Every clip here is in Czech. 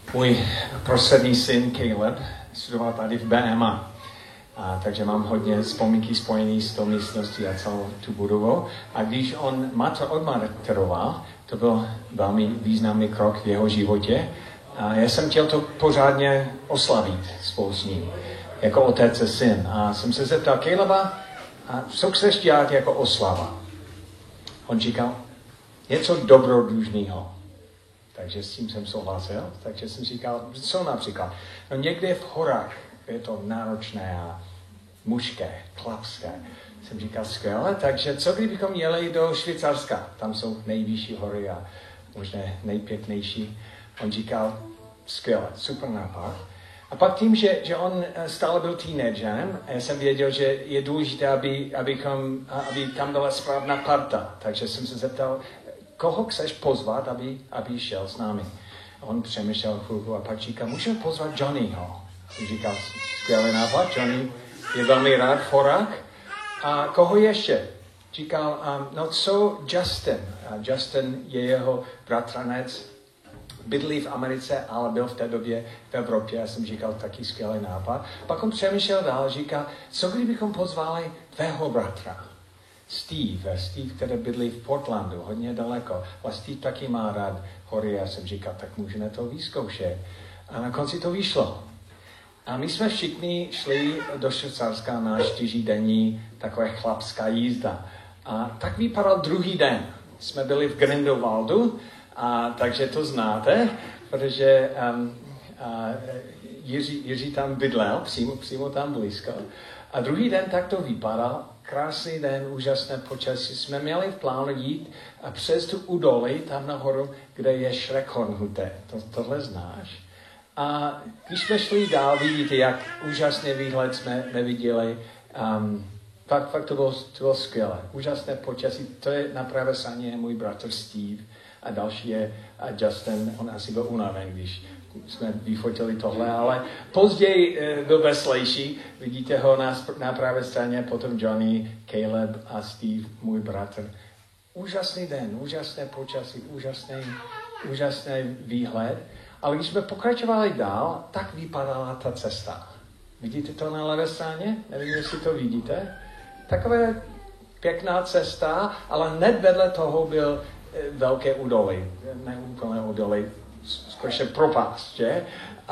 Můj prostřední syn Caleb studoval tady v BMA. Takže mám hodně vzpomínky spojený s tou místností a celou tu budovu. A když on odmaturoval, to byl velmi významný krok v jeho životě. A já jsem chtěl to pořádně oslavit spolu s ním, jako otec a syn. A jsem se zeptal Caleba, co chceš dělat jako oslava? On říkal, něco dobrodružného. Takže s tím jsem souhlasil. Takže jsem říkal, co například? No někde v horách je to náročné a mužské, chlapské. Jsem říkal, skvěle, takže co kdybychom jeli do Švýcarska? Tam jsou nejvyšší hory a možná nejpěknější. On říkal, skvěle, super nápad. A pak tím, že on stále byl teenagerem, já jsem věděl, že je důležité, aby tam byla správná parta. Takže jsem se zeptal, koho chceš pozvat, aby šel s námi. A on přemýšlel chvilku a pak říkal, můžeme pozvat Johnnyho. A říkal, skvělý nápad, Johnny je velmi rád v horách. A koho ještě? Říkal, no co Justin? A Justin je jeho bratranec, bydlí v Americe, ale byl v té době v Evropě. Já jsem říkal, taky skvělý nápad. Pak on přemýšlel dál, říkal, co kdybychom pozvali tvého bratra? Steve, který bydlí v Portlandu, hodně daleko. Ale Steve taky má rád hory. Já jsem říkal, tak můžeme to vyzkoušet. A na konci to vyšlo. A my jsme všichni šli do Švýcarska na 4denní takové chlapská jízda. A tak vypadal druhý den. Jsme byli v Grindelwaldu, takže to znáte, protože Jiří tam bydlel, přímo tam blízko. A druhý den tak to vypadal. Krásný den, úžasné počasí. Jsme měli v plánu jít a přes tu údolí tam nahoru, kde je Schreckhornhütte. Tohle znáš? A když jsme šli dál, vidíte, jak úžasný výhled jsme neviděli. Fakt to bylo skvělé. Úžasné počasí. To je na pravé straně můj bratr Steve a další je Justin. On asi byl unaven, když jsme vyfotili tohle, ale později byl veselější. Vidíte ho na pravé straně, potom Johnny, Caleb a Steve, můj bratr. Úžasný den, úžasné počasí, úžasný výhled. Ale když jsme pokračovali dál, tak vypadala ta cesta. Vidíte to na levé straně? Nevím, jestli to vidíte. Taková pěkná cesta, ale hned vedle toho byl velké údolí. Ne úplné údolí, skoro propast, že?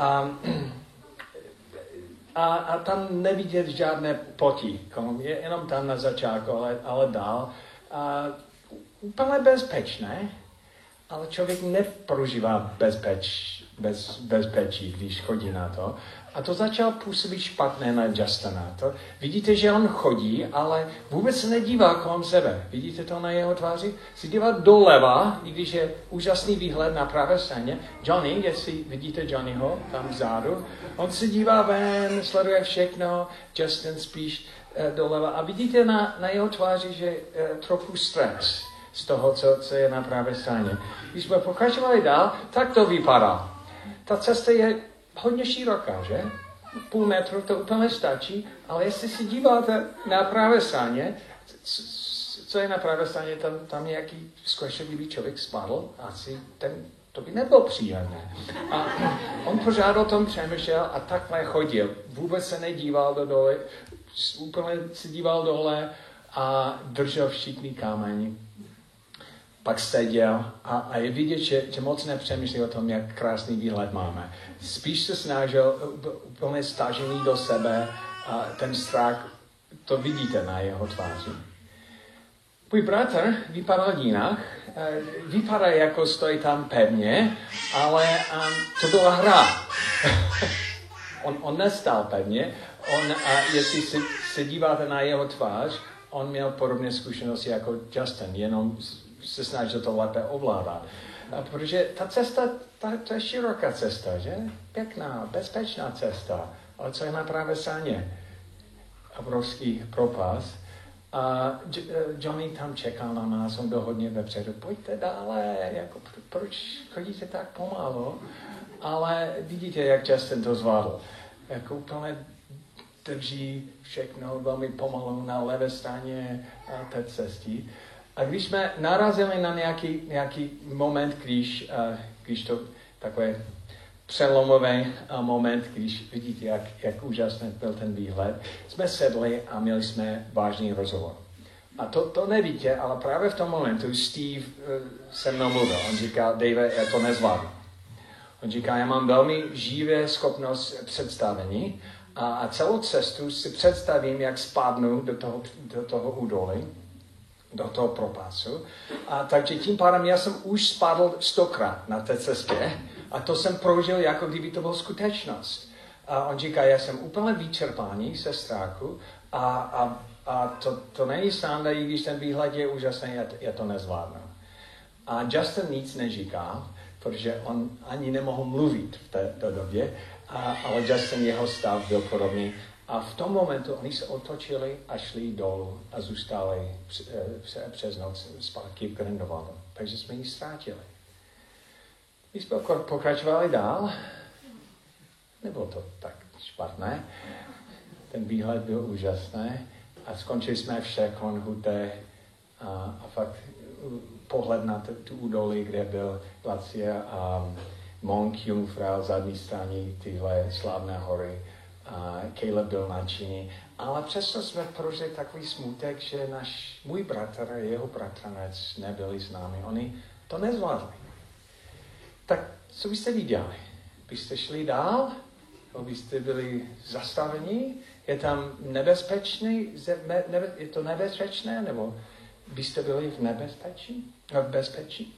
A tam nevidět žádné potí. Je jenom tam na začátku, ale dál. Úplně bezpečné, ale člověk neprožívá bezpečí, když chodí na to. A to začal působit špatné na Justina. Vidíte, že on chodí, ale vůbec se nedívá kolem sebe. Vidíte to na jeho tváři? Se dívá doleva, i když je úžasný výhled na pravé straně. Johnny, jestli vidíte Johnnyho tam vzadu, on se dívá ven, sleduje všechno, Justin spíš doleva. A vidíte na jeho tváři, že trochu stres z toho, co je na pravé straně. Když jsme pokračovali dál, tak to vypadá. Ta cesta je hodně široká, že? Půl metru to úplně stačí, ale jestli si díváte na pravé straně, co je na pravé straně, tam nějaký zkušenlivý člověk spadl, asi to by nebylo příjemné. A on pořád o tom přemýšlel a takhle chodil. Vůbec se nedíval do dole, úplně se díval dole a držel všichni kámeni. Pak seděl a je vidět, že moc nepřemýšlí o tom, jak krásný výhled máme. Spíš se snažil úplně stažený do sebe a ten strach, to vidíte na jeho tváři. Můj bratr vypadal jinak, vypadá jako stojí tam pevně, ale to byla hra. on nestál pevně, jestli se díváte na jeho tvář, on měl podobné zkušenosti jako Justin, jenom se snažil to lépe ovládat. Protože ta cesta, to je široká cesta, že? Pěkná, bezpečná cesta. Ale co je na pravé straně? Obrovský propast. A Johnny tam čekal na nás, on byl hodně vepředu. Pojďte dále, jako, proč chodíte tak pomalu? Ale vidíte, jak Justin to zvládl. Jako úplně drží všechno velmi pomalu na levé straně té cesty. A když jsme narazili na nějaký moment, když to takové přelomový moment, když vidíte, jak úžasný byl ten výhled, jsme sedli a měli jsme vážný rozhovor. A to nevíte, ale právě v tom momentu Steve se mnou mluvil. On říkal, Dave, já to nezvládnu. On říká, já mám velmi živé schopnost představení a celou cestu si představím, jak spadnu do toho údolí, do toho propásu. A takže tím pádem já jsem už spadl 100krát na té cestě a to jsem prožil, jako kdyby to byla skutečnost. A on říká, já jsem úplně vyčerpaný se strachu a to není sranda, i když ten výhled je úžasný, já to nezvládnu. A Justin nic neříká, protože on ani nemohl mluvit v té době, ale Justin, jeho stav byl podobný. A v tom momentu oni se otočili a šli dolů a zůstali přes noc zpátky v Grindelwaldu. Takže jsme ji ztratili. My jsme pokračovali dál. Nebylo to tak špatné. Ten výhled byl úžasný. A skončili jsme v Šerkonhuté a fakt pohled na tu údolí, kde byl glaciér a Monk Jungfrau, zadní straně tyhle slavné hory. Caleb byl nadšený, ale přesto jsme prožili takový smutek, že můj bratr a jeho bratranec nebyli s námi. Oni to nezvládli. Tak co byste viděli? Byste šli dál? Nebo byste byli zastaveni? Je tam nebezpečný? Je to nebezpečné? Nebo byste byli v bezpečí?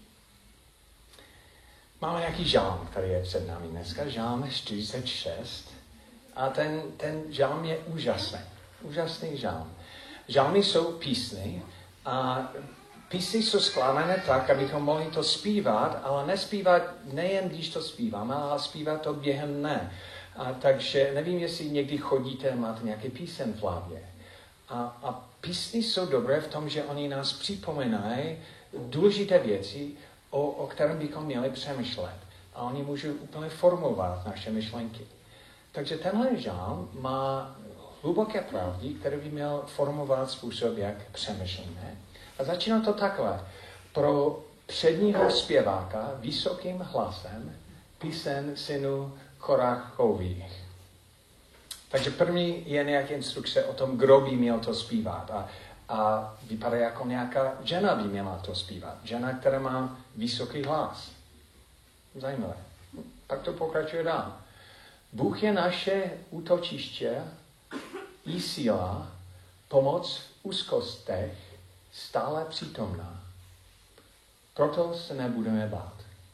Máme nějaký žálm, který je před námi dneska. Žálm 46. A ten žálm je úžasný. Úžasný žálm. Žálmy jsou písny a písny jsou skládané tak, abychom mohli to zpívat, ale nespívat nejen, když to zpíváme, ale zpívat to během dne. Takže nevím, jestli někdy chodíte a máte nějaký písen v hlavě. A písny jsou dobré v tom, že oni nás připomínají důležité věci, o kterém bychom měli přemýšlet. A oni můžou úplně formovat naše myšlenky. Takže tenhle žálm má hluboké pravdy, které by měl formovat způsob, jak přemýšlíme. A začíná to takhle. Pro předního zpěváka vysokým hlasem písen synu Korachových. Takže první je nějaká instrukce o tom, kdo by měl to zpívat. A vypadá jako nějaká žena by měla to zpívat. Žena, která má vysoký hlas. Zajímavé. Tak to pokračuje dál. Bůh je naše útočiště i síla, pomoc v úzkostech, stále přítomná. Proto se nebudeme bát.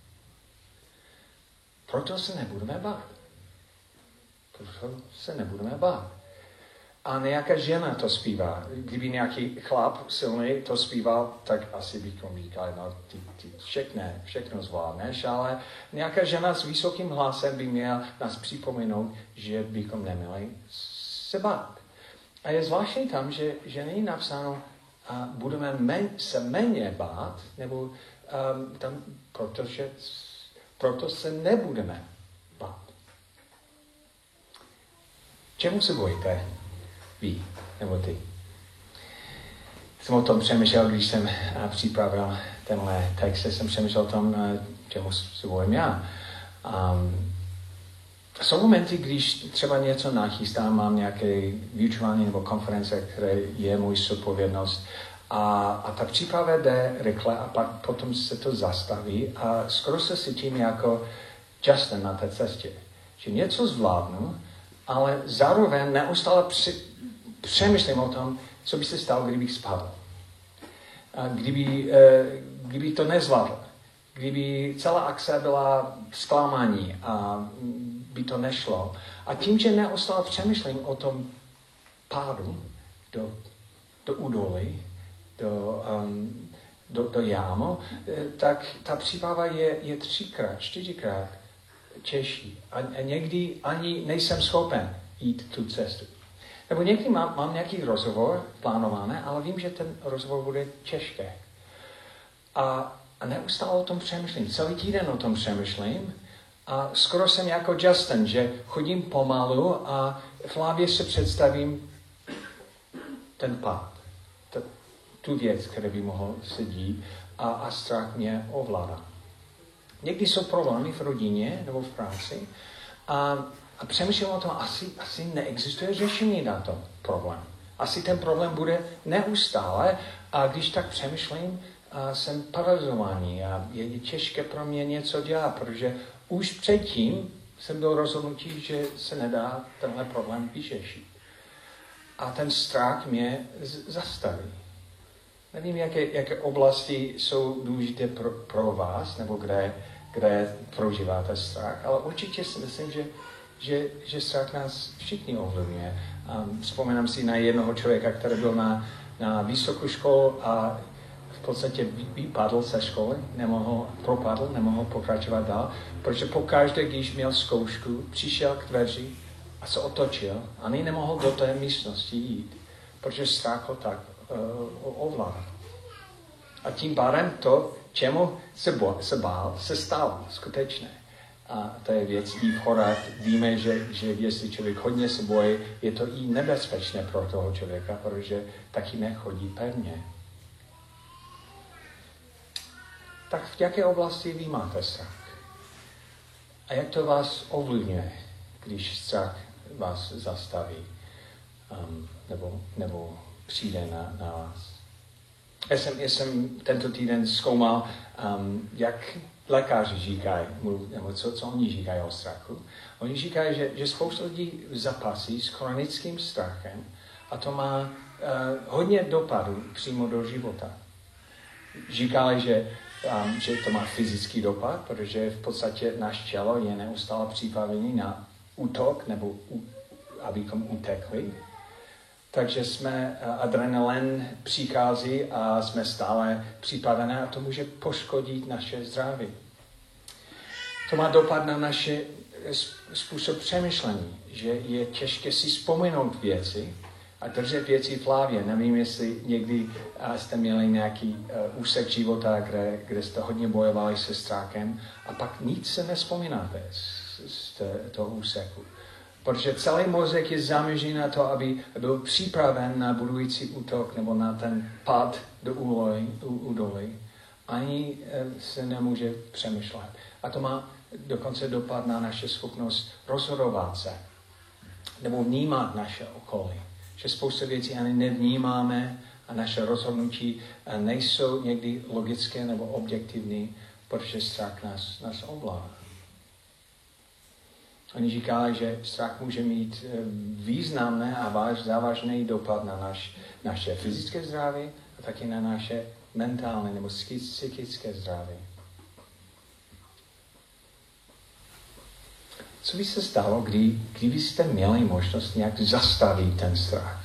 Proto se nebudeme bát. A nějaká žena to zpívá. Kdyby nějaký chlap silný to zpíval, tak asi bychom říkali, no ty všechno zvládneš, ale nějaká žena s vysokým hlasem by měla nás připomenout, že bychom neměli se bát. A je zvláštní tam, že není napsáno, budeme se méně bát, nebo tam, proto se nebudeme bát. Čemu se bojíte? Vy, nebo ty. Jsem o tom přemýšlel, když jsem připravil tenhle text, jsem přemýšlel o tom, čemu se bojím já. Jsou momenty, když třeba něco nachystám, mám nějaké vyučování nebo konference, které je můj zodpovědnost a ta příprava jde rychle a pak potom se to zastaví a skoro se cítím jako Justin na té cestě. Že něco zvládnu, ale zároveň neustále přemýšlím o tom, co by se stalo, kdybych spadl. Kdyby to nezvládl. Kdyby celá akce byla zklamání a by to nešlo. A tím, že neustále přemýšlím o tom pádu do údolí, do jámu, tak ta příprava je 3krát, 4krát těžší. A někdy ani nejsem schopen jít tu cestu. Nebo někdy mám nějaký rozhovor plánovaný, ale vím, že ten rozhovor bude těžký. A neustále o tom přemýšlím. Celý týden o tom přemýšlím. A skoro jsem jako Justin, že chodím pomalu a v hlavě se představím ten pád. Tu věc, která by mohl se dít a strach mě ovládá. Někdy jsou problémy v rodině nebo v práci a přemýšlím o tom, asi neexistuje řešení na to problém. Asi ten problém bude neustále a když tak přemýšlím, jsem paralizovaný a je těžké pro mě něco dělat, protože už předtím jsem byl rozhodnutý, že se nedá tenhle problém vyřešit. A ten strach mě zastaví. Nevím, jaké oblasti jsou důležité pro vás, nebo kde prožíváte strach, ale určitě si myslím, že strach nás všichni ovlivňuje. Vzpomínám si na jednoho člověka, který byl na vysokou školu a v podstatě vypadl ze školy, nemohl pokračovat dál, protože pokaždé, když měl zkoušku, přišel k dveři a se otočil a nemohl do té místnosti jít, protože strach ho tak ovládal. A tím pádem to, čemu se bál, se stalo skutečné. A to je věc i v horách. Víme, že jestli člověk hodně se bojí, je to i nebezpečné pro toho člověka, protože taky nechodí pevně. Tak v jaké oblasti vy máte strach? A jak to vás ovlivňuje, když strach vás zastaví nebo přijde na vás? Já jsem tento týden zkoumal, jak lékaři říkají, nebo co oni říkají o strachu. Oni říkají, že spousta lidí zapasí s chronickým strachem a to má hodně dopadů přímo do života. Říkali, že to má fyzický dopad, protože v podstatě naše tělo je neustále připravený na útok, nebo abychom utekli. Takže adrenalin přichází a jsme stále připravené a to může poškodit naše zdraví. To má dopad na náš způsob přemýšlení, že je těžké si vzpomenout věci a držet věci v hlavě. Nevím, jestli někdy jste měli nějaký úsek života, kde jste hodně bojovali se strachem a pak nic se nevzpomínáte z toho úseku. Protože celý mozek je zaměřený na to, aby byl připraven na budující útok nebo na ten pád do údolí. Ani se nemůže přemýšlet. A to má dokonce dopad na naše schopnost rozhodovat se nebo vnímat naše okolí. Že spoustu věcí ani nevnímáme a naše rozhodnutí nejsou někdy logické nebo objektivní, protože strach nás ovládá. Oni říkají, že strach může mít významné a závažný dopad na naše fyzické zdraví a taky na naše mentální nebo psychické zdraví. Co by se stalo, kdybyste měli možnost nějak zastavit ten strach?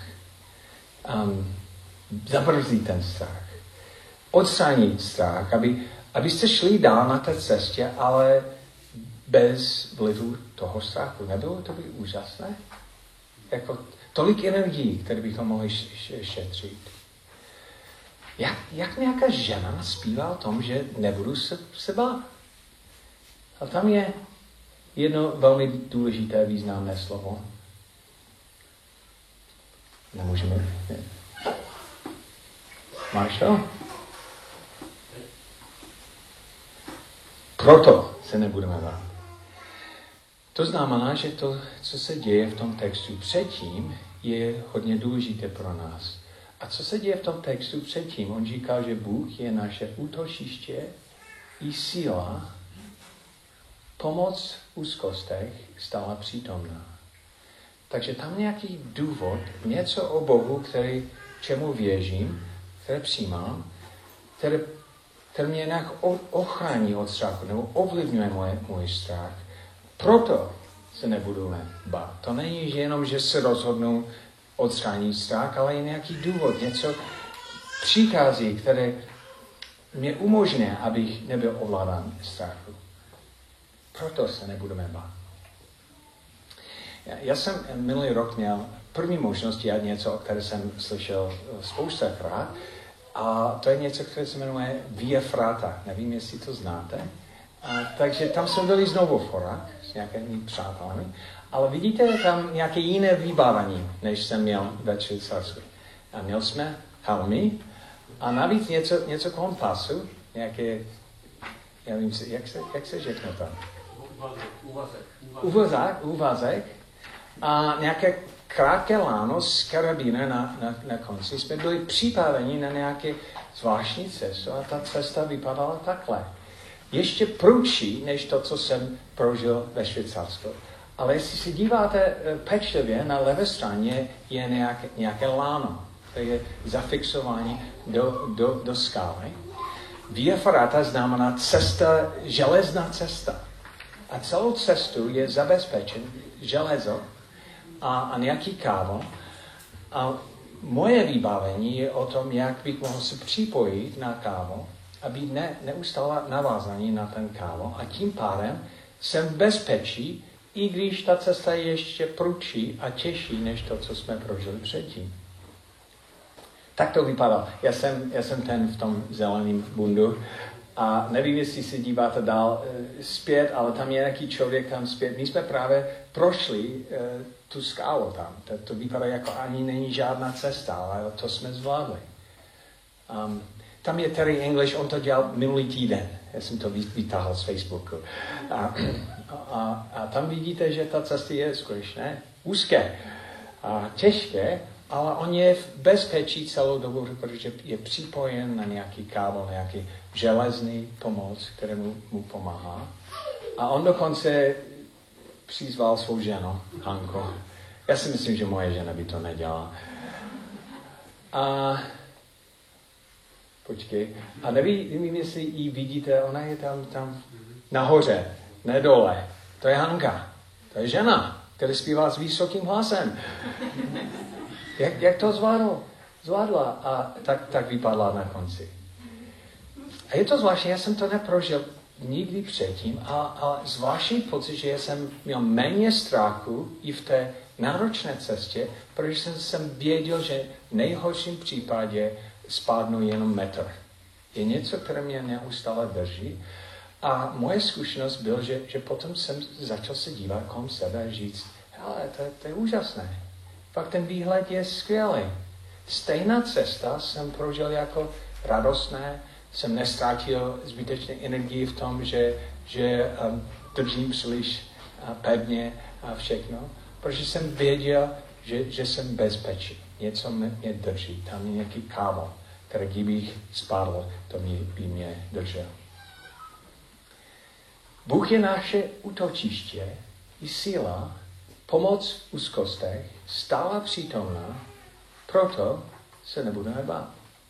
Zabrzdit ten strach. Odstranit strach, abyste šli dál na té cestě, ale bez vlivu toho strachu. Nebylo to by úžasné? Jako tolik energií, které bychom mohli šetřit. Jak nějaká žena zpívá o tom, že nebudu se bát? A tam je jedno velmi důležité významné slovo. Nemůžeme. Máš to? Proto se nebudeme bát. To znamená, že to, co se děje v tom textu předtím, je hodně důležité pro nás. A co se děje v tom textu předtím? On říkal, že Bůh je naše útočiště i síla, pomoc v úzkostech stále přítomná. Takže tam nějaký důvod, něco o Bohu, čemu věřím, které přijímám, které mě nějak ochrání od strachu, nebo ovlivňuje můj strach. Proto se nebudeme bát. To není jenom, že se rozhodnu odstranit strach, ale je nějaký důvod, něco přichází, které mě umožní, abych nebyl ovládán strachu. Proto se nebudeme bát. Já jsem minulý rok měl první možnost dělat něco, o které jsem slyšel spoustakrát, a to je něco, které se jmenuje Via Frata. Nevím, jestli to znáte. Takže tam jsme byli znovu v horách s nějakými přátelami, ale vidíte tam nějaké jiné vybavení, než jsem měl ve Švýcarsku. A měl jsme helmy a navíc něco kompasu, nějaké já nevím, jak se řekne to? Úvazek. A nějaké krátké láno z karabína na konci. Jsme byli připraveni na nějaké zvláštní cestu a ta cesta vypadala takhle. Ještě prudší, než to, co jsem prožil ve Švýcarsku. Ale jestli se díváte pečlivě, na levé straně je nějaké láno. To je zafixování do skály. Via ferrata znamená cesta, železná cesta. A celou cestu je zabezpečen železo a nějaký kávo. A moje vybavení je o tom, jak bych mohl se připojit na kávo a být neustále navázaný na ten kávo. A tím pádem jsem v bezpečí, i když ta cesta je ještě prudší a těžší, než to, co jsme prožili předtím. Tak to vypadá. Já jsem ten v tom zeleném bundu a nevím, jestli se díváte dál zpět, ale tam je nějaký člověk tam zpět. My jsme právě prošli tu skálu tam. To vypadá jako ani není žádná cesta, ale to jsme zvládli. Tam je Terry English, on to dělal minulý týden. Já jsem to vytáhl z Facebooku. A tam vidíte, že ta cesta je skutečně úzké a těžké, ale on je v bezpečí celou dobu, protože je připojen na nějaký kábel, nějaký železný pomoc, který mu pomáhá. A on dokonce přizval svou ženu, Hanku. Já si myslím, že moje žena by to nedělala. Počkej. A nevím, jestli ji vidíte, ona je tam nahoře, ne dole. To je Hanka. To je žena, která zpívá s vysokým hlasem. Jak to zvládla? A tak vypadla na konci. A je to zvláštní, já jsem to neprožil nikdy předtím, ale zvláštní pocit, že jsem měl méně strachu i v té náročné cestě, protože jsem věděl, že v nejhorším případě spadnu jenom metr. Je něco, které mě neustále drží. A moje zkušenost byl, že potom jsem začal se dívat kolem sebe a říct, hele, to je úžasné. Pak ten výhled je skvělý. Stejná cesta jsem prožil jako radostné, jsem neztratil zbytečné energii v tom, že držím příliš pevně a všechno, protože jsem věděl, že jsem bezpečí. Něco mě drží. Tam je nějaký kábel, který kdybych spadl, to by mě držel. Bůh je naše útočiště i síla, pomoc v úzkostech, stále přítomná, proto se nebudeme bát.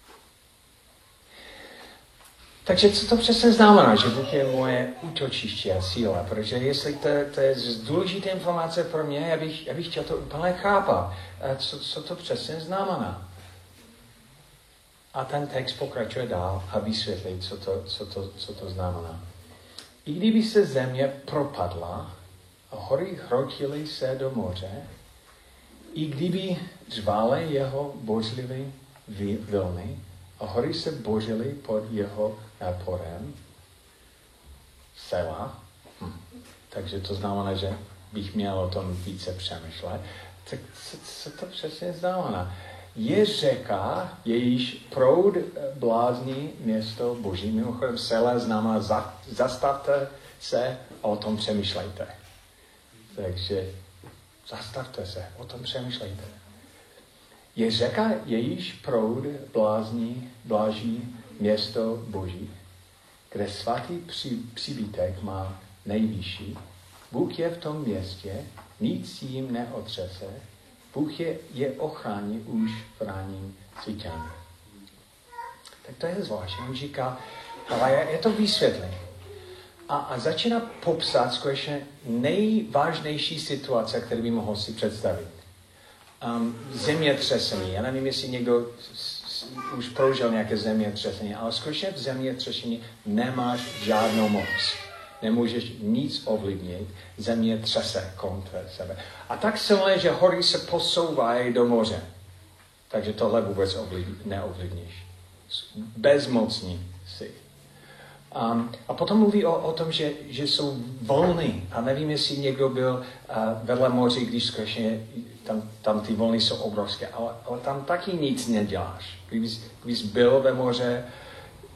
Takže co to přesně znamená, že Bůh je moje útočiště a síla? Protože jestli to je důležitá informace pro mě, já bych chtěl to úplně chápat. Co to přesně znamená? A ten text pokračuje dál a vysvětlí, co to znamená. I kdyby se země propadla a hory hrotily se do moře, i kdyby řvaly jeho bouřlivé vlny a hory se bořily pod jeho náporem, Sela, takže to znamená, že bych měl o tom více přemýšlet. Tak co to přesně znamená? Je řeka, jejíž proud blázní město Boží. Mimochodem Sela znamená zastavte se a o tom přemýšlejte. Takže zastavte se, o tom přemýšlejte. Je řeka, jejíž proud bláží město Boží, kde svatý příbytek má nejvyšší. Bůh je v tom městě, nic jim neotřese. Bůh je ochrání už v ranním svítání. Tak to je zvláštní. On říká, ale je to vysvětlení. A začíná popsat skutečně nejvážnější situace, které by mohl si představit. Zemětřesení. Já nevím, jestli někdo už prožil nějaké zemětřesení, ale skutečně v zemětřesení nemáš žádnou moc. Nemůžeš nic ovlivnit, země třese kolem sebe. A tak silné, že hory se posouvají do moře. Takže tohle vůbec neovlivníš. Bezmocní si. A potom mluví o tom, že jsou vlny. A nevím, jestli někdo byl vedle moře, když skutečně tam ty vlny jsou obrovské. Ale tam taky nic neděláš. Kdybys byl ve moře,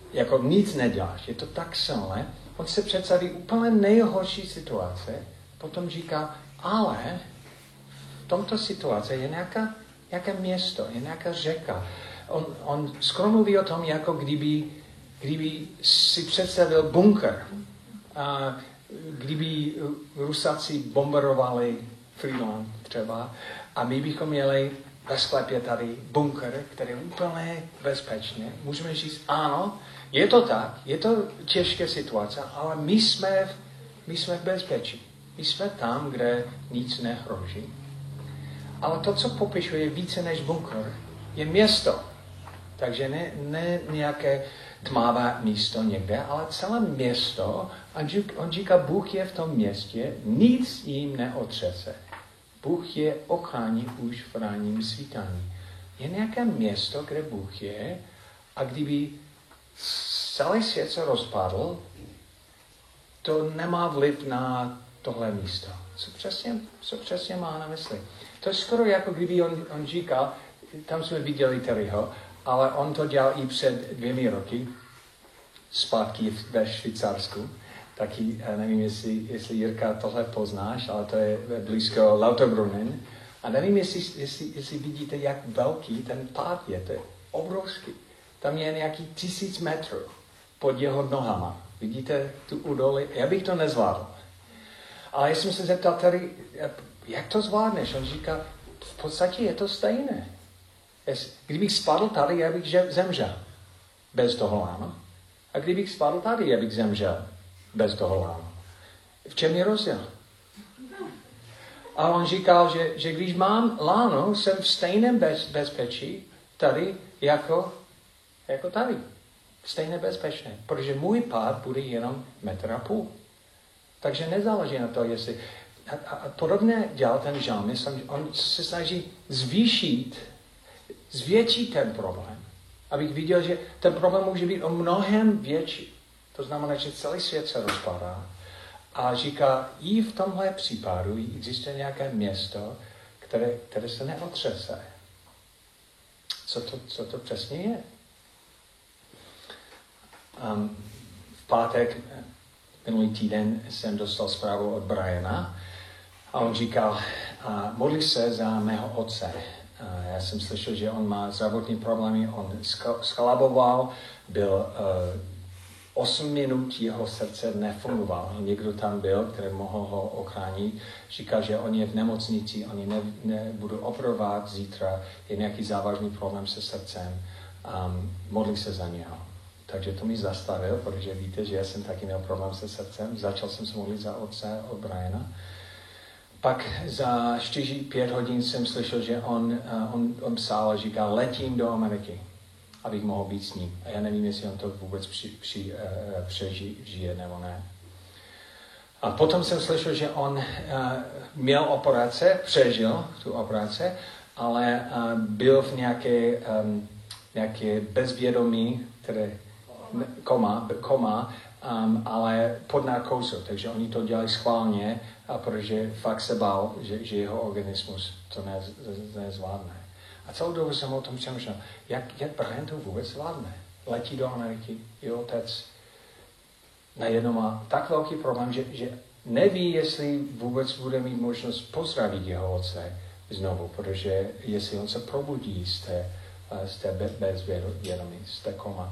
jako nic neděláš, je to tak silné, on se představí úplně nejhorší situace, potom říká, ale v tomto situaci je nějaké město, je nějaká řeka. On skoro mluví o tom, jako kdyby si představil bunkr. A kdyby Rusáci bombardovali Freeland třeba a my bychom měli ve sklepě tady bunkr, který je úplně bezpečný. Můžeme říct, ano, je to tak, je to těžká situace, ale my jsme v bezpečí. My jsme tam, kde nic nehrozí. Ale to, co popisuje, je více než bunkr. Je město. Takže ne nějaké tmavé místo někde, ale celé město. On říká, Bůh je v tom městě, nic jim neotřese. Bůh je ochrání už v ranním svítání. Je nějaké město, kde Bůh je, a kdyby celý svět se rozpadl, to nemá vliv na tohle místo. Co přesně má na mysli? To je skoro jako kdyby on říkal, tam jsme viděli Terryho, ale on to dělal i před 2 roky, zpátky ve Švýcarsku. Taky nevím, jestli Jirka tohle poznáš, ale to je blízko Lauterbrunnen. A nevím, jestli vidíte, jak velký ten pád je. To je obrovský. Tam je nějaký 1000 metrů pod jeho nohama. Vidíte tu údolí? Já bych to nezvládl. Ale já jsem se zeptal tady, jak to zvládneš? On říká, v podstatě je to stejné. Kdybych spadl tady, já bych zemřel. Bez toho lána. A kdybych spadl tady, já bych zemřel. Bez toho lána. V čem je rozdíl? A on říkal, že když mám láno, jsem v stejném bezpečí tady, jako tady. Stejně bezpečné. Protože můj pád bude jenom 1,5 metru. Takže nezáleží na to, jestli... A podobně dělal ten žalmist. On se snaží zvětšit ten problém. Abych viděl, že ten problém může být o mnohem větší. To znamená, že celý svět se rozpadá. A říká, i v tomhle případu existuje nějaké město, které se neotřese. Co to přesně je? V pátek minulý týden jsem dostal zprávu od Briana a on říkal, modli se za mého otce. Já jsem slyšel, že on má zdravotní problémy, on skolaboval, byl 8 minut jeho srdce nefungoval. Někdo tam byl, který mohl ho ochránit. Říkal, že on je v nemocnici, oni nebudou operovat zítra, je nějaký závažný problém se srdcem. Modli se za něho. Takže to mi zastavil, protože víte, že já jsem taky měl problém se srdcem. Začal jsem se modlit za otce od Briana. Pak za 4-5 hodin jsem slyšel, že on psal a říkal, letím do Ameriky, abych mohl být s ním. A já nevím, jestli on to vůbec přežije nebo ne. A potom jsem slyšel, že on měl operace, přežil tu operaci, ale byl v nějaké bezvědomí, které koma, ale pod narkózou. Takže oni to dělali schválně, protože fakt se bál, že jeho organismus to nezvládne. A celou dobu jsem o tom přemýšlel, jak Brian to vůbec zvládne. Letí do Ameriky, jeho otec najednou má tak velký problém, že neví, jestli vůbec bude mít možnost pozdravit jeho otce znovu, protože jestli on se probudí z té bezvědomí, z té koma.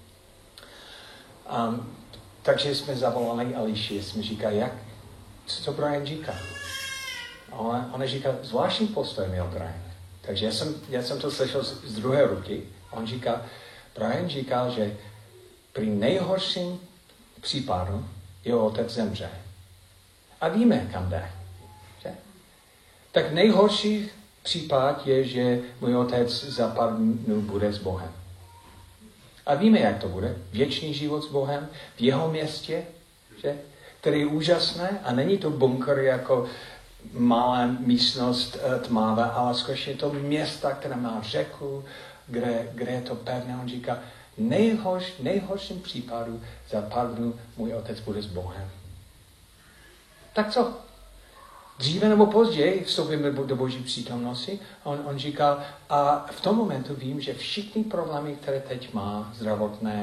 Takže jsme zavolali Ališi, jsme říkali, co Brian říká. A ona říká, zvláštní postoj měl Brian. Takže já jsem to slyšel z druhé ruky. Brian říkal, že při nejhorším případu jeho otec zemře. A víme, kam jde. Že? Tak nejhorší případ je, že můj otec za pár dnů bude s Bohem. A víme, jak to bude. Věčný život s Bohem v jeho městě, že? Který je úžasné a není to bunkr jako malá místnost tmavá, ale skutečně to města, které má řeku, kde je to pevné. On říká, nejhorším případu za pár dnů můj otec bude s Bohem. Tak co? Dříve nebo později vstoupíme do Boží přítomnosti. On říká, a v tom momentu vím, že všichni problémy, které teď má, zdravotné,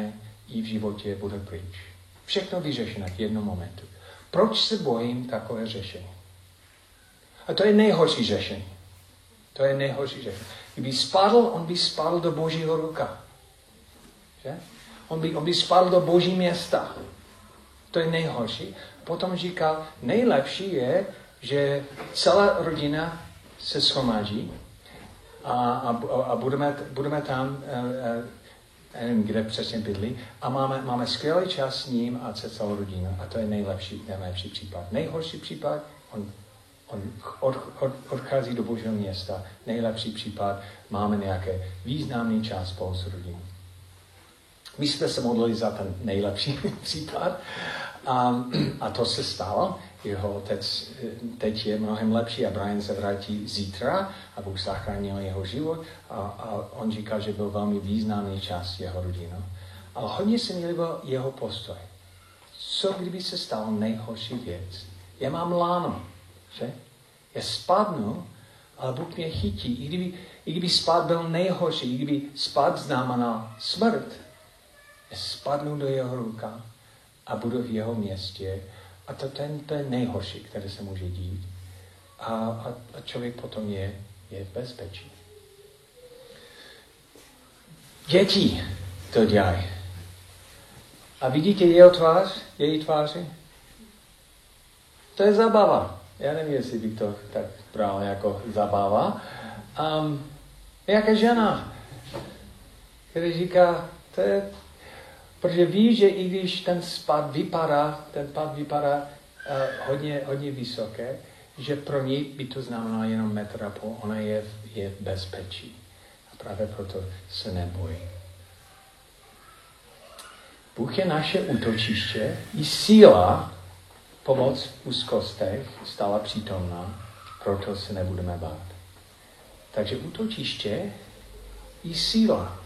i v životě bude pryč. Všechno vyřešené v jednom momentu. Proč se bojím takové řešení? A to je nejhorší řešení. To je nejhorší řešení. Kdyby spadl, on by spadl do Božího ruka. Že? On by spadl do Boží města. To je nejhorší. Potom říkal, nejlepší je, že celá rodina se shromáží a budeme tam, nevím, kde přesně bydlí, a máme skvělý čas s ním a se celou rodinou. A to je nejlepší případ. Nejhorší případ, on odchází do Božího města. Nejlepší případ, máme nějaký významný čas spolu s rodinou. My jsme se modlili za ten nejlepší případ a to se stalo. Jeho otec teď je mnohem lepší a Brian se vrátí zítra a Bůh zachránil jeho život a on říkal, že byl velmi významný čas jeho rodinu. Ale hodně se mi líbil jeho postoj. Co kdyby se stalo nejhorší věc? Já mám láno, že? Já spadnu, ale Bůh mě chytí. I kdyby spad byl nejhorší, i kdyby spad znamenal smrt, já spadnu do jeho ruka a budu v jeho městě. A to je nejhorší, které se může dít. A člověk potom je v bezpečí. Děti to dělají. A vidíte její tváři? To je zabava. Já nevím, jestli bych to tak bral jako zabava. Nějaká žena, která říká, to je... Protože ví, že i když ten pad vypadá hodně vysoké, že pro ní by to znamenalo jenom 1,5 metru, ona je v bezpečí. A právě proto se nebojí. Bůh je naše útočiště i síla, pomoc v úzkostech stále přítomná, proto se nebudeme bát. Takže útočiště i síla.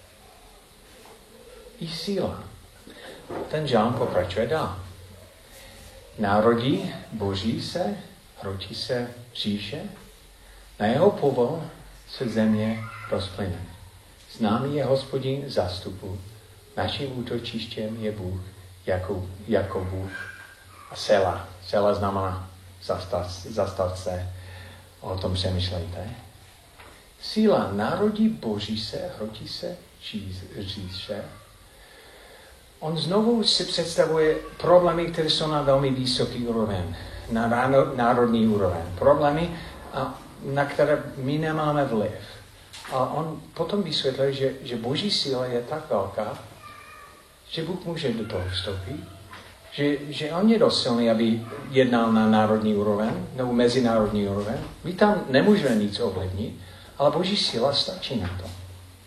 I síla. Ten žálm pokračuje dál. Národy boží se, hrotí se říše, na jeho povol se země rozplyne. Známý je Hospodin zástupu, naším útočištěm je Bůh, jako Bůh a Sela. Sela znamená zastav se, o tom přemýšlejte. Síla národy boží se, hrotí se říše. On znovu si představuje problémy, které jsou na velmi vysoký úroveň, na národní úroveň. Problémy, na které my nemáme vliv. A on potom vysvětluje, že boží síla je tak velká, že Bůh může do toho vstoupit, že on je dost silný, aby jednal na národní úroveň nebo mezinárodní úroveň. My tam nemůžeme nic ovlivnit, ale boží síla stačí na to.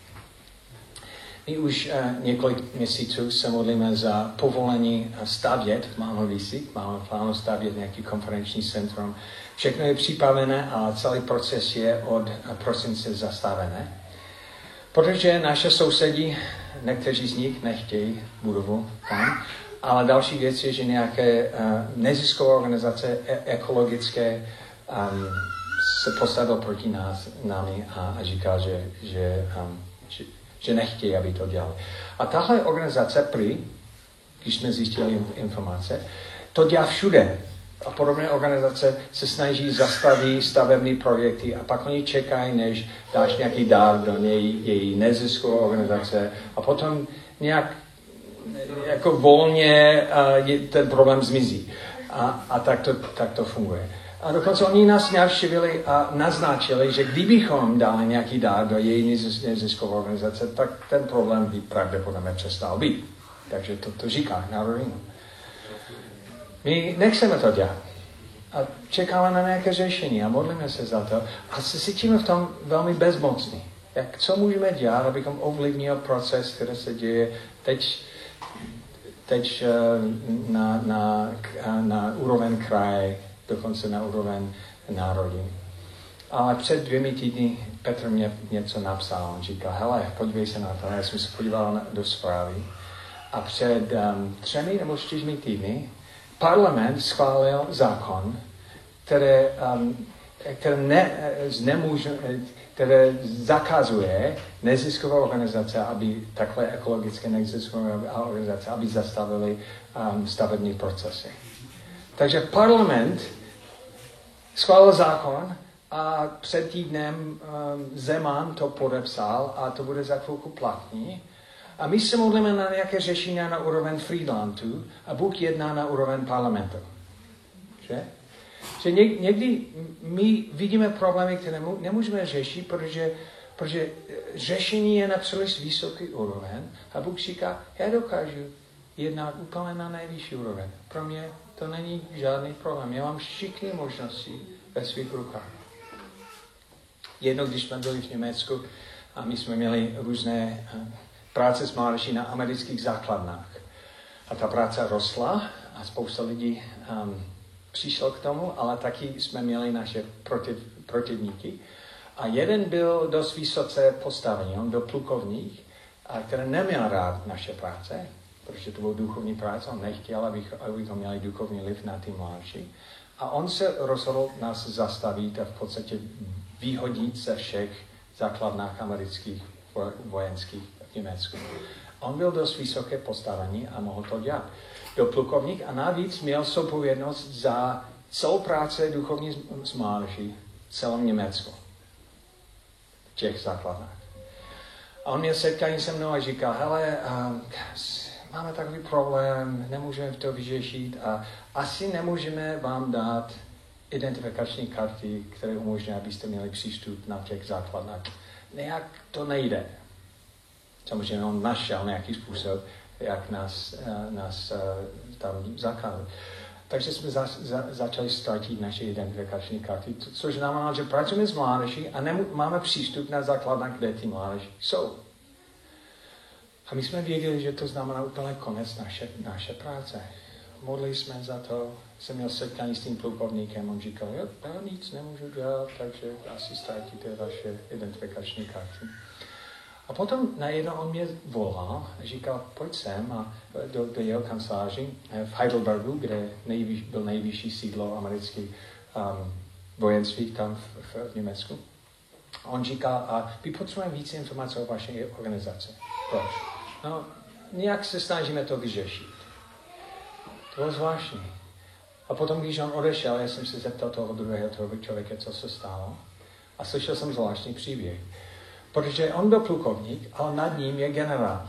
My už několik měsíců se modlíme za povolení stavět v Málnovisích. Máme plánu stavět nějaký konferenční centrum. Všechno je připravené a celý proces je od prosince zastavené. Protože naše sousedí, někteří z nich nechtějí budovu tam, ale další věc je, že nějaké neziskové organizace ekologické se postavil proti námi a říkal, že nechtějí, aby to dělali. A tahle organizace když jsme zjistili informace, to dělá všude. A podobné organizace se snaží zastavit stavební projekty a pak oni čekají, než dáš nějaký dár do její neziskové organizace a potom nějak jako volně ten problém zmizí. A tak to funguje. A dokonce oni nás navštívili a naznačili, že kdybychom dali nějaký dár do její neziskové organizace, tak ten problém by pravděpodobně přestal být. Takže to říká na rovinu. My nechceme to dělat. A čekáme na nějaké řešení a modlíme se za to. A se cítíme v tom velmi bezmocní. Co můžeme dělat, abychom ovlivnili proces, který se děje teď na úroveň kraje, dokonce na úroveň národní. Ale před 2 týdny Petr mě něco napsal. On říkal, hele, podívej se na to. Já jsem se podíval do zprávy. A před 3 nebo 4 týdny parlament schválil zákon, který které zakazuje neziskové organizace, aby takhle ekologické neziskové organizace, aby zastavili stavební procesy. Takže parlament schválil zákon a před týdnem Zeman to podepsal a to bude za chvilku platný. A my se modlíme na nějaké řešení na úroveň Friedlandu a Bůh jedná na úroveň parlamentu. Že někdy my vidíme problémy, které nemůžeme řešit, protože řešení je na příliš vysoký úroveň a Bůh říká, já dokážu jednat úplně na nejvyšší úroveň. Pro mě to není žádný problém. Já mám všechny možnosti ve svých rukách. Jednou, když jsme byli v Německu a my jsme měli různé práce s mládeží na amerických základnách. A ta práce rostla a spousta lidí přišlo k tomu, ale taky jsme měli naše protivníky. A jeden byl dost vysoce postavený, on byl plukovník, který neměl rád naše práce, protože to byl duchovní práce, on nechtěl, abychom měli duchovní vliv na ty mládeží. A on se rozhodl nás zastavit a v podstatě vyhodit ze všech základnách amerických vojenských v Německu. On byl dost vysoké postavený a mohl to dělat. Byl plukovník a navíc měl zodpovědnost za celou práci duchovní s mládeží v celém Německu. V těch základnách. A on měl setkání se mnou a říkal, hele, máme takový problém, nemůžeme to vyřešit a asi nemůžeme vám dát identifikační karty, které umožňují, abyste měli přístup na těch základnách. Nějak to nejde. Samozřejmě on našel nějaký způsob, jak nás tam zakázat. Takže jsme začali ztratit naše identifikační karty, což znamená, že pracujeme s mládeží a máme přístup na základnách, kde ty mládeži jsou. A my jsme věděli, že to znamená úplně konec naše práce. Modlili jsme za to, jsem měl setkání s tím plukovníkem, on říkal, já nic nemůžu dělat, takže asi ztratíte vaše identifikační karty. A potom najednou on mě volal a říkal, pojď sem a do jeho kanceláři v Heidelbergu, kde byl nejvyšší sídlo amerických vojenství tam v Německu. A on říkal, a my potřebujeme více informací o vaší organizaci. Proč? No, nějak se snažíme to vyřešit. To bylo zvláštní. A potom, když on odešel, já jsem se zeptal toho druhého člověka, co se stalo. A slyšel jsem zvláštní příběh. Protože on byl plukovník, ale nad ním je generál.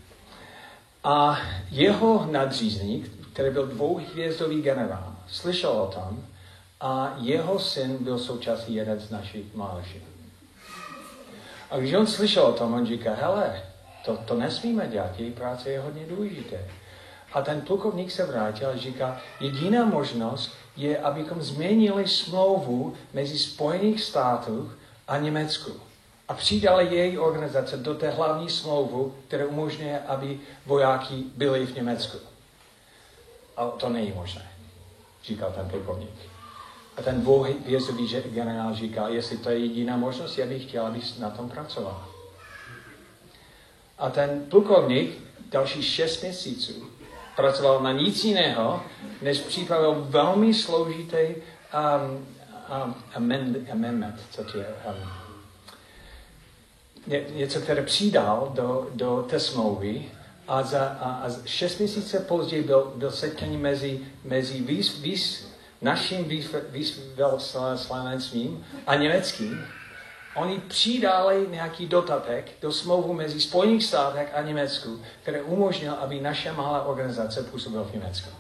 A jeho nadřízník, který byl dvouhvězdový generál, slyšel o tom a jeho syn byl součástí jeden z našich mládeží. A když on slyšel o tom, on říká, hele, to nesmíme dělat, její práce je hodně důležité. A ten plukovník se vrátil a říká, jediná možnost je, abychom změnili smlouvu mezi Spojených států a Německu. A přidali její organizace do té hlavní smlouvy, která umožňuje, aby vojáky byli v Německu. A to není možné, říkal ten plukovník. A ten dvouhvězdový generál říkal, jestli to je jediná možnost, já bych chtěl, abys na tom pracoval. A ten plukovník další 6 měsíců pracoval na nic jiného, než připravil velmi složitý amendment, co to je, něco, které přidal do té smlouvy a 6 měsíců později byl setkání mezi naším vyslanectvím a německým. Oni přidali nějaký dodatek do smlouvy mezi Spojených státech a Německu, které umožnil, aby naše malá organizace působila v Německu.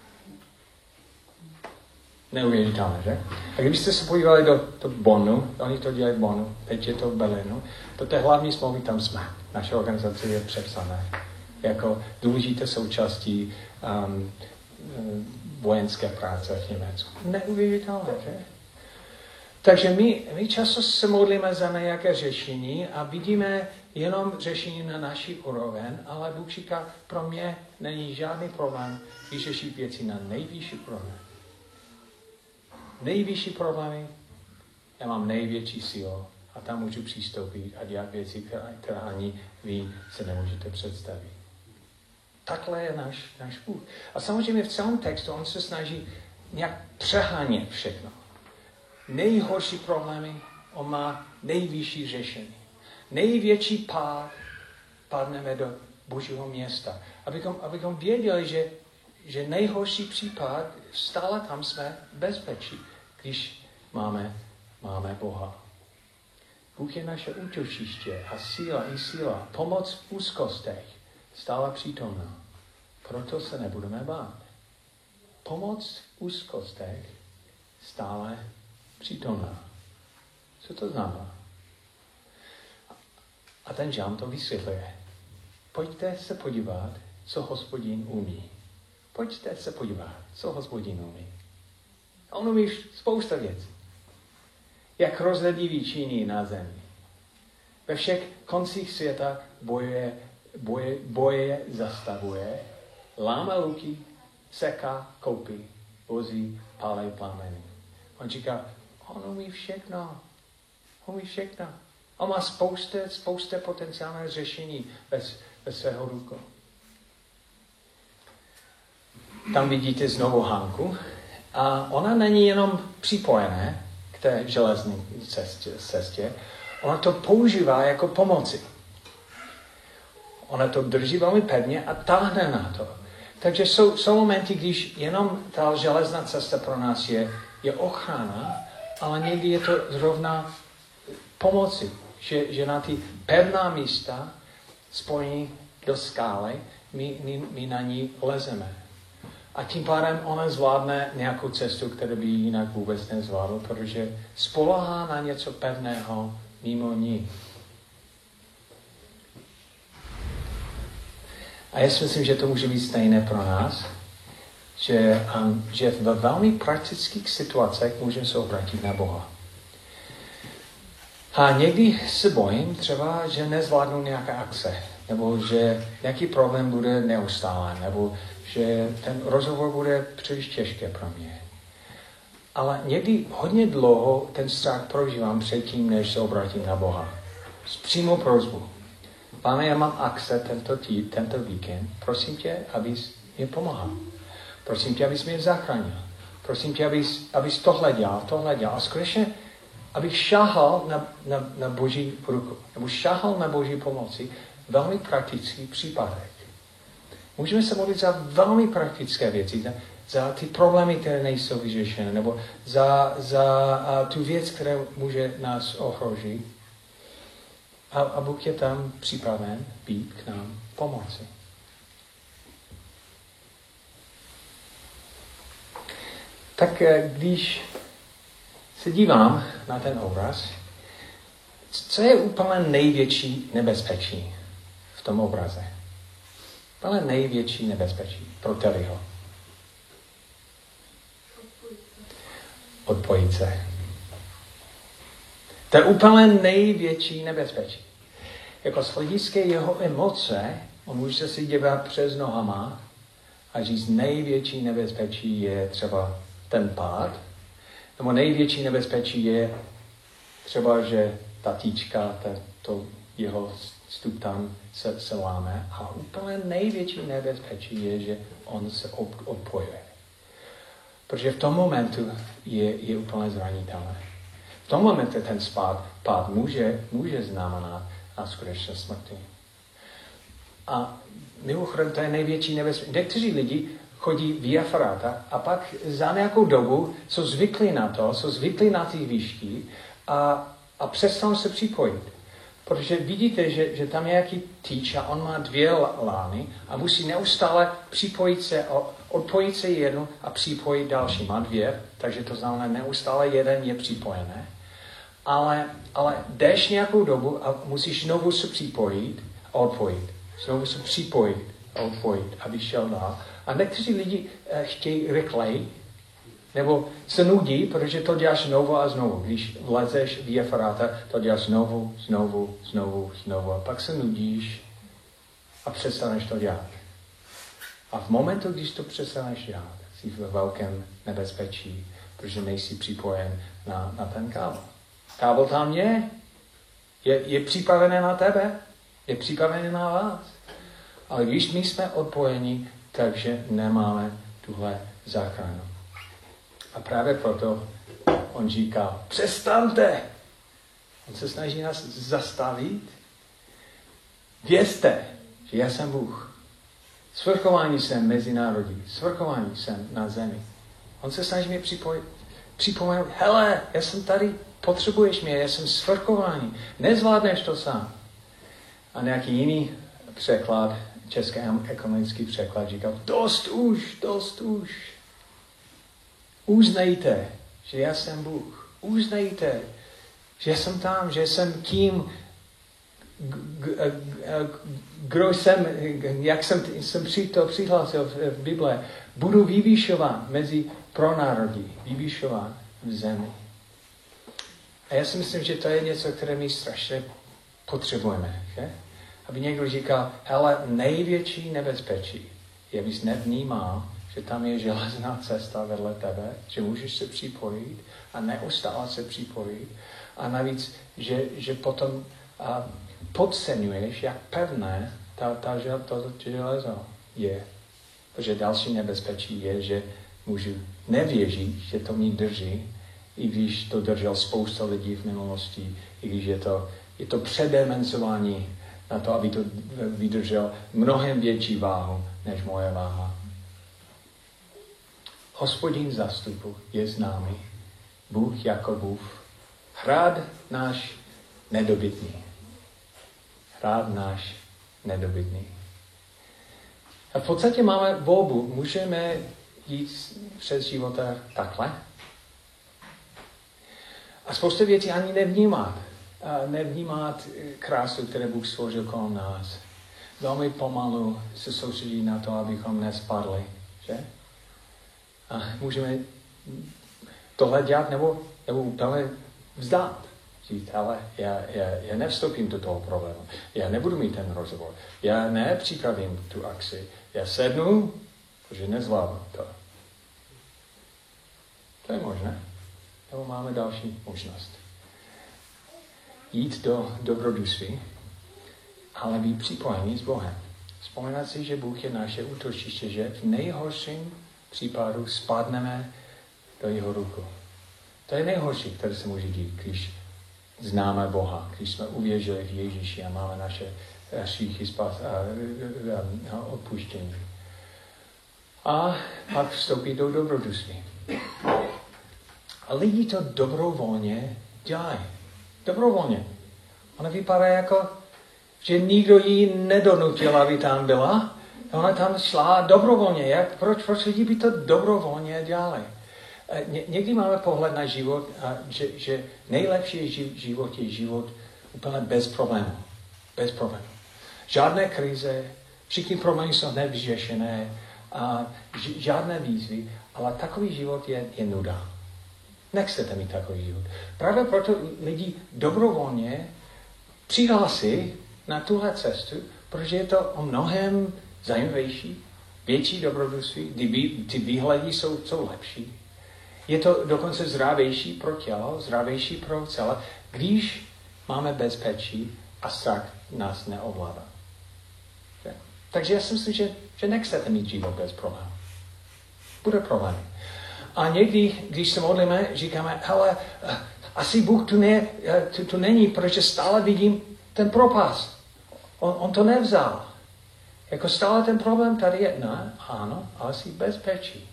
Neuvěřitelné, že? A kdybyste se podívali do Bonnu, oni to dělají v Bonnu, teď je to v Berlínu, do té hlavní smlouvy tam jsme. Naše organizace je přepsaná jako důležité součástí vojenské práce v Německu. Neuvěřitelné, že? Takže my často se modlíme za nějaké řešení a vidíme jenom řešení na naší úroveň, ale Bůh říká, pro mě není žádný problém vyřešit věci na nejvyšší úroveň. Nejvyšší problémy, já mám největší sílu a tam můžu přistoupit a dělat věci, které ani vy se nemůžete představit. Takhle je náš Bůh. A samozřejmě v celém textu on se snaží nějak přehánět všechno. nejhorší problémy, on má nejvyšší řešení. Největší padneme do Božího města. Abychom věděli, že nejhorší případ, stále tam jsme bezpečí, když máme Boha. Bůh je naše útočiště a síla, pomoc v úzkostech, stále přítomná. Proto se nebudeme bát. Pomoc v úzkostech, stále přítomná. Co to znamená? A ten žalm to vysvětluje. Pojďte se podívat, co Hospodin umí. Pojďte se podívat, co Hospodin umí. On umí spousta věcí. Jak rozhledivý činí na zemi. Ve všech koncích světa boje zastavuje, láme luky, seká, koupí, vozí, pálej plameny. On říká, on umí všechno. On má spousta potenciálních řešení ve svého rukou. Tam vidíte znovu Hanku. A ona není jenom připojená k té železné cestě. Ona to používá jako pomoci. Ona to drží velmi pevně a táhne na to. Takže jsou momenty, když jenom ta železná cesta pro nás je ochrana, ale někdy je to zrovna pomoci. Že na ty pevná místa spojení do skály, my na ní lezeme. A tím pádem ona zvládne nějakou cestu, kterou by jinak vůbec nezvládl, protože spoléhá na něco pevného mimo ní. A já si myslím, že to může být stejné pro nás, že ve velmi praktických situacích můžeme se obrátit na Boha. A někdy se bojím třeba, že nezvládnu nějaké akce, nebo že nějaký problém bude neustále, nebo že ten rozhovor bude příliš těžké pro mě. Ale někdy hodně dlouho ten strach prožívám předtím, než se obrátím na Boha. S přímou prosbou. Pane, já mám akce tento víkend. Prosím tě, abys mě pomohl. Prosím tě, abys mě zachránil. Prosím tě, abys tohle dělal. A skutečně, abych šáhal na Boží ruku. Nebo šáhal na Boží pomoci v velmi praktických případech. Můžeme se modlit za velmi praktické věci, za ty problémy, které nejsou vyřešené, nebo za tu věc, která může nás ohrožit. A Bůh je tam připraven být k nám pomoci. Tak když se dívám na ten obraz, co je úplně největší nebezpečí v tom obraze? Ale největší nebezpečí pro Terryho. Odpojit se. To je úplně největší nebezpečí. Jako z hlediska jeho emoce, on může si dívat přes nohama a říct, největší nebezpečí je třeba ten pád, nebo největší nebezpečí je třeba, že ta tyčka, to jeho vstup tam se láme. A úplně největší nebezpečí je, že on se odpojuje. Protože v tom momentu je úplně zranitelný. V tom momentu ten pád může znamenat a skutečně smrti. A mimochodem to je největší nebezpečí. Někteří lidi chodí via ferrata a pak za nějakou dobu jsou zvyklí na to, jsou zvyklí na ty výšky a přestanou se připojit. Protože vidíte, že tam je nějaký týč a on má 2 lány a musí neustále připojit se, odpojit se jednu a připojit další. Má 2, takže to znamená neustále jeden je připojený. Ale jdeš nějakou dobu a musíš znovu se připojit a odpojit. Znovu se připojit a odpojit, aby šel dál. A někteří lidi chtějí rychleji, nebo se nudí, protože to děláš znovu a znovu. Když vlezeš via ferrata, to děláš znovu. A pak se nudíš a přestaneš to dělat. A v momentu, když to přestaneš dělat, jsi ve velkém nebezpečí, protože nejsi připojen na ten kábel. Kábel tam je připravený na tebe, je připravený na vás. Ale když my jsme odpojeni, takže nemáme tuhle záchranu. A právě proto on říká, přestaňte. On se snaží nás zastavit. Vězte, že já jsem Bůh. Svrchovaný jsem mezi národy. Svrchovaný jsem na zemi. On se snaží mě připomenout, hele, já jsem tady, potřebuješ mě, já jsem svrchovaný. Nezvládneš to sám. A nějaký jiný překlad, český ekumenický překlad, říkal, dost už. Uznejte, že já jsem Bůh. Uznejte, že jsem tam, že jsem tím, kdo jsem, jak jsem to přihlásil v Bible, budu vyvýšován mezi pronárody, vyvýšován v zemi. A já si myslím, že to je něco, které my strašně potřebujeme. Že? Aby někdo říkal, hele, největší nebezpečí je, abys nevnímal, že tam je železná cesta vedle tebe, že můžeš se připojit a neustále se připojit. A navíc, že potom podceňuješ, jak pevné to železo je. Protože další nebezpečí je, že můžu nevěřit, že to mě drží, i když to držel spousta lidí v minulosti, i když je to předimenzování na to, aby to vydržel mnohem větší váhu, než moje váha. Hospodin zástupu je známý. Bůh jako Bůh. Hrad náš nedobytný. Hrad náš nedobytný. A v podstatě máme volbu. Můžeme jít přes života takhle. A spousta věcí ani nevnímat. Nevnímat krásu, které Bůh stvořil kolem nás. Velmi pomalu se soustředit na to, abychom nespadli. Že? A můžeme tohle dělat nebo úplně vzdát. Říct, ale já nevstoupím do toho problému. Já nebudu mít ten rozhovor. Já nepřipravím tu akci. Já sednu, protože nezvládnu to. To je možné. Nebo máme další možnost. Jít do dobrodružství, ale být připojený s Bohem. Vzpomínat si, že Bůh je naše útočiště, že v nejhorším případu spadneme do jeho ruku. To je nejhorší, které se může dít, když známe Boha, když jsme uvěřili v Ježíši a máme naše hříchy a odpuštění. A pak vstoupit do dobrodružství. A lidi to dobrovolně dělají. Dobrovolně. Ona vypadá jako, že nikdo ji nedonutil, aby tam byla. Ona tam šla dobrovolně. Proč lidi by to dobrovolně dělali? Někdy máme pohled na život, že nejlepší život je život úplně bez problémů. Bez problémů. Žádné krize, všichni problémy jsou nevyřešené, žádné výzvy, ale takový život je nuda. Nechcete mít takový život. Právě proto lidi dobrovolně přihlásí na tuhle cestu, protože je to o mnohem zajímavější, větší dobrodružství, ty výhledy jsou lepší. Je to dokonce zdravější pro tělo, zdravější pro celé, když máme bezpečí a strach nás neovládá. Takže já si myslím, že nechcete mít život bez problémů. Bude problém. A někdy, když se modlíme, říkáme, hele, asi Bůh tu není, protože stále vidím ten propast. On to nevzal. Jako stále ten problém tady je. No, ano, ale jsi bezpečí.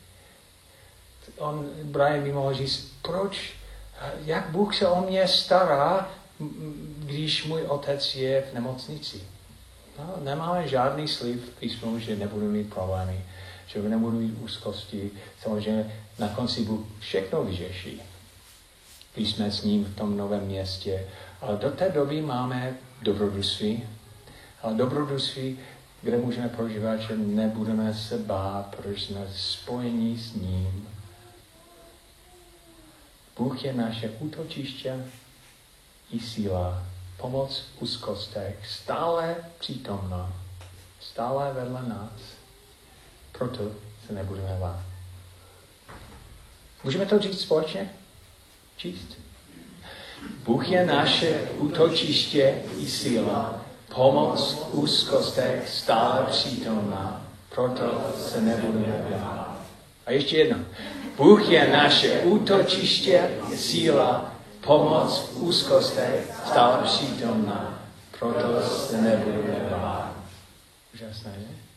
Brian by mohl říct, proč, jak Bůh se o mě stará, když můj otec je v nemocnici. No, nemáme žádný slib v písmu, že nebudu mít problémy, že nebudu mít úzkosti. Samozřejmě na konci Bůh všechno vyřeší, když jsme s ním v tom novém městě. Ale do té doby máme dobrodružství. Ale dobrodružství, kde můžeme prožívat, že nebudeme se bát, protože jsme spojení s ním. Bůh je naše útočiště i síla, pomoc v úzkostech, stále přítomná, stále vedle nás. Proto se nebudeme bát. Můžeme to říct společně? Číst? Bůh je naše útočiště i síla, pomoc v úzkostech, stále přítomná. Proto se nebudeme bát. A ještě jedno. Bůh je naše útočiště, síla, pomoc v úzkostech, stále přítomná. Proto se nebudeme bát. Úžasné, je?